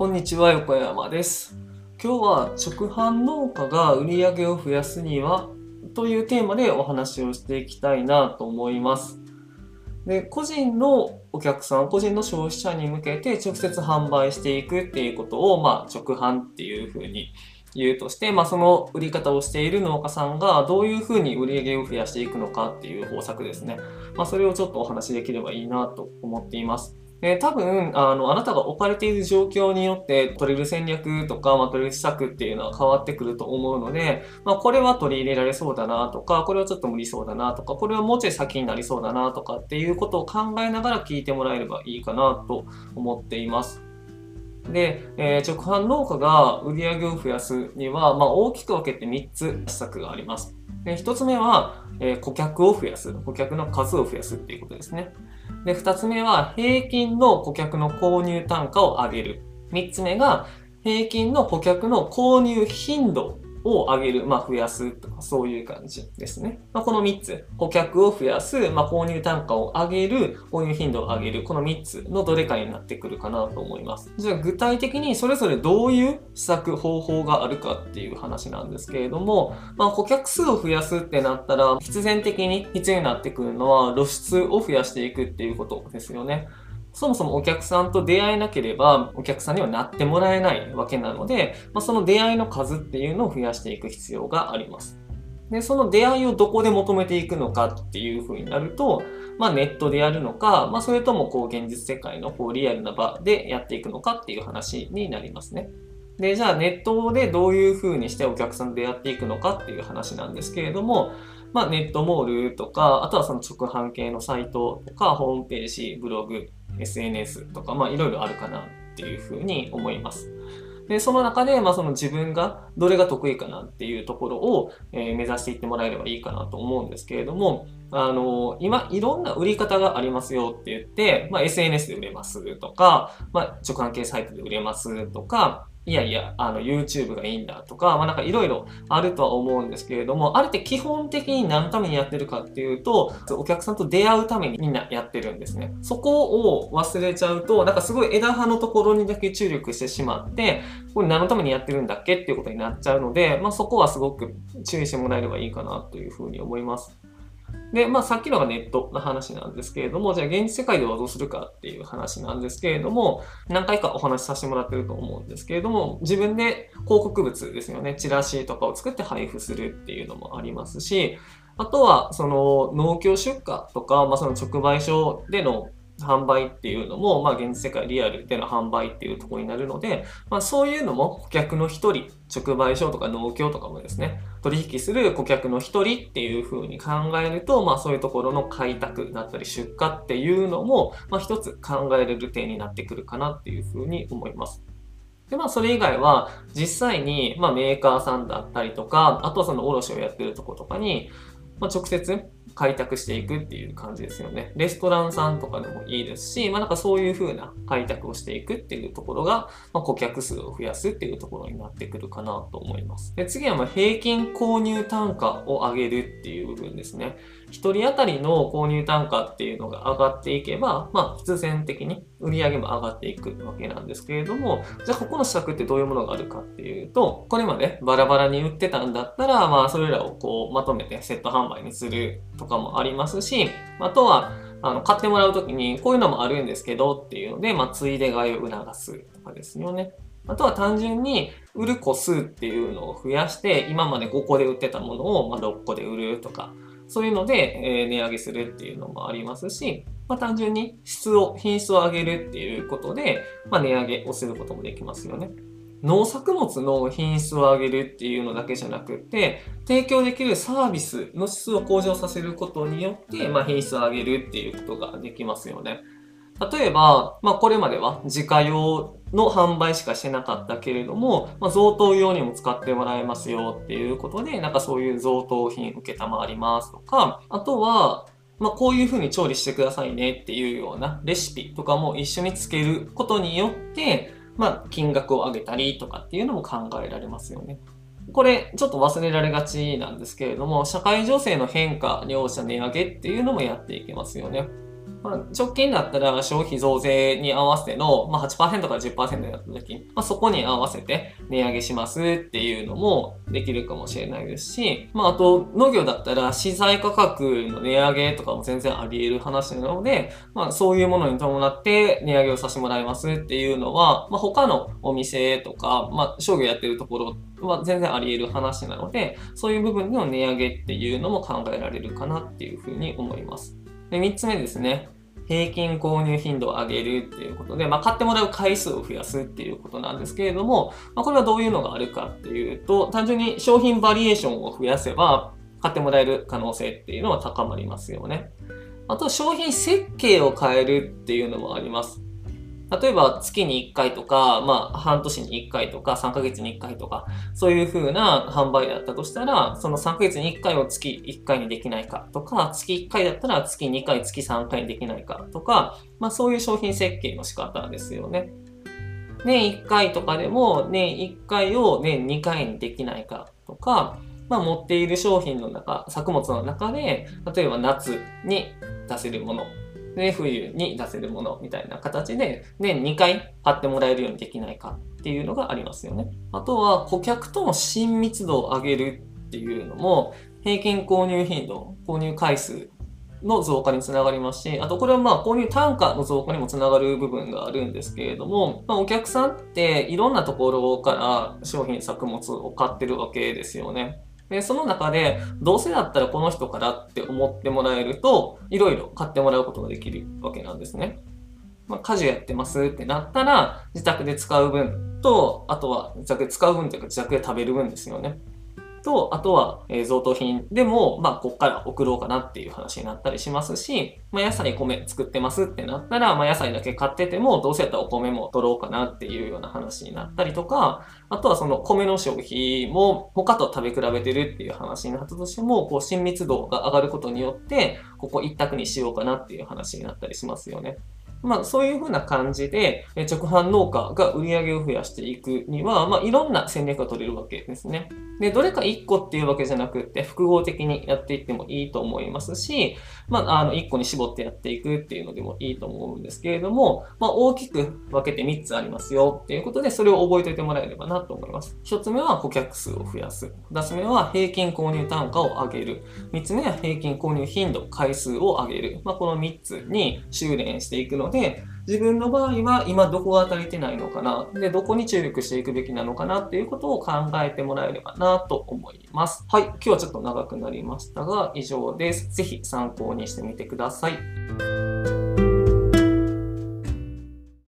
こんにちは、横山です。今日は直販農家が売り上げを増やすにはというテーマでお話をしていきたいなと思います。で、個人のお客さん、個人の消費者に向けて直接販売していくっていうことを、直販っていうふうに言うとして、その売り方をしている農家さんがどういうふうに売り上げを増やしていくのかっていう方策ですね。それをちょっとお話しできればいいなと思っています。多分、あなたが置かれている状況によって取れる戦略とか、取れる施策っていうのは変わってくると思うので、これは取り入れられそうだなとか、これはちょっと無理そうだなとか、これはもうちょい先になりそうだなとかっていうことを考えながら聞いてもらえればいいかなと思っています。で、直販農家が売り上げを増やすには、大きく分けて3つ施策があります。で、1つ目は、顧客を増やす。顧客の数を増やすっていうことですね。で、2つ目は、平均の顧客の購入単価を上げる。3つ目が、平均の顧客の購入頻度を上げる、増やすとか、そういう感じですね。この3つ、顧客を増やす、購入単価を上げる、購入頻度を上げる、この3つのどれかになってくるかなと思います。じゃあ具体的にそれぞれどういう施策、方法があるかっていう話なんですけれども、顧客数を増やすってなったら、必然的に必要になってくるのは露出を増やしていくっていうことですよね。そもそもお客さんと出会えなければお客さんにはなってもらえないわけなので、その出会いの数っていうのを増やしていく必要があります。で、その出会いをどこで求めていくのかっていう風になると、ネットでやるのか、それとも現実世界のリアルな場でやっていくのかっていう話になりますね。で、じゃあネットでどういう風にしてお客さんと出会っていくのかっていう話なんですけれども、ネットモールとか、あとはその直販系のサイトとか、ホームページ、ブログ、SNS とか、いろいろあるかなっていうふうに思います。で、その中で、その自分がどれが得意かなっていうところを、目指していってもらえればいいかなと思うんですけれども、今、いろんな売り方がありますよって言って、SNS で売れますとか、直販系サイトで売れますとか、いやいや、YouTube がいいんだとか、いろいろあるとは思うんですけれども、あれって基本的に何のためにやってるかっていうと、お客さんと出会うためにみんなやってるんですね。そこを忘れちゃうと、すごい枝葉のところにだけ注力してしまって、これ何のためにやってるんだっけっていうことになっちゃうので、そこはすごく注意してもらえればいいかなというふうに思います。で、さっきのがネットの話なんですけれども、じゃあ現実世界ではどうするかっていう話なんですけれども、何回かお話しさせてもらってると思うんですけれども、自分で広告物ですよね、チラシとかを作って配布するっていうのもありますし、あとは、その農協出荷とか、その直売所での販売っていうのも、現実世界リアルでの販売っていうところになるので、そういうのも顧客の一人、直売所とか農協とかもですね、取引する顧客の一人っていう風に考えると、そういうところの開拓だったり出荷っていうのも、一つ考えれる点になってくるかなっていう風に思います。で、それ以外は、実際に、メーカーさんだったりとか、あとはその卸をやってるところとかに、直接開拓していくっていう感じですよね。レストランさんとかでもいいですし、そういう風な開拓をしていくっていうところが、顧客数を増やすっていうところになってくるかなと思います。で、次は平均購入単価を上げるっていう部分ですね。一人当たりの購入単価っていうのが上がっていけば、必然的に売り上げも上がっていくわけなんですけれども、じゃあここの施策ってどういうものがあるかっていうと、これまでバラバラに売ってたんだったら、それらをまとめてセット販売にするとかもありますし、あとは、買ってもらうときにこういうのもあるんですけどっていうので、ついで買いを促すとかですよね。あとは単純に売る個数っていうのを増やして、今まで5個で売ってたものを6個で売るとか、そういうので値上げするっていうのもありますし、単純に品質を上げるっていうことで、値上げをすることもできますよね。農作物の品質を上げるっていうのだけじゃなくて、提供できるサービスの質を向上させることによって、品質を上げるっていうことができますよね。例えば、これまでは自家用の販売しかしてなかったけれども、贈答用にも使ってもらえますよっていうことで、そういう贈答品受けたまわりますとか、あとは、こういう風に調理してくださいねっていうようなレシピとかも一緒につけることによって、金額を上げたりとかっていうのも考えられますよね。これ、ちょっと忘れられがちなんですけれども、社会情勢の変化に応じた値上げっていうのもやっていけますよね。 直近だったら消費増税に合わせての、8% から 10% になった時、そこに合わせて値上げしますっていうのもできるかもしれないですし、あと農業だったら資材価格の値上げとかも全然あり得る話なので、そういうものに伴って値上げをさせてもらいますっていうのは、他のお店とか、商業やってるところは全然あり得る話なので、そういう部分での値上げっていうのも考えられるかなっていうふうに思います。で、3つ目ですね。平均購入頻度を上げるっていうことで、買ってもらう回数を増やすっていうことなんですけれども、これはどういうのがあるかっていうと、単純に商品バリエーションを増やせば、買ってもらえる可能性っていうのは高まりますよね。あと、商品設計を変えるっていうのもあります。例えば月に1回とか、半年に1回とか、3ヶ月に1回とか、そういう風な販売だったとしたら、その3ヶ月に1回を月1回にできないかとか、月1回だったら月2回、月3回にできないかとか、そういう商品設計の仕方ですよね。年1回とかでも、年1回を年2回にできないかとか、持っている商品の中、作物の中で、例えば夏に出せるもの、で、冬に出せるものみたいな形で、年2回買ってもらえるようにできないかっていうのがありますよね。あとは、顧客との親密度を上げるっていうのも、平均購入頻度、購入回数の増加につながりますし、あとこれは購入単価の増加にもつながる部分があるんですけれども、お客さんっていろんなところから商品作物を買ってるわけですよね。で、その中で、どうせだったらこの人からって思ってもらえると、いろいろ買ってもらうことができるわけなんですね。家事やってますってなったら、自宅で使う分と、あとは自宅で使う分というか自宅で食べる分ですよね。と、あとは、贈答品でも、こっから送ろうかなっていう話になったりしますし、野菜米作ってますってなったら、野菜だけ買ってても、どうせやったらお米も取ろうかなっていうような話になったりとか、あとはその米の消費も他と食べ比べてるっていう話になったとしても、親密度が上がることによって、ここ一択にしようかなっていう話になったりしますよね。そういう風な感じで、直販農家が売り上げを増やしていくには、いろんな戦略が取れるわけですね。で、どれか1個っていうわけじゃなくって、複合的にやっていってもいいと思いますし、1個に絞ってやっていくっていうのでもいいと思うんですけれども、大きく分けて3つありますよっていうことで、それを覚えておいてもらえればなと思います。1つ目は顧客数を増やす。2つ目は平均購入単価を上げる。3つ目は平均購入頻度、回数を上げる。この3つに修練していくので、自分の場合は今どこが足りてないのかな、で、どこに注力していくべきなのかなっていうことを考えてもらえればなと思います。はい、今日はちょっと長くなりましたが、以上です。ぜひ参考にしてみてください。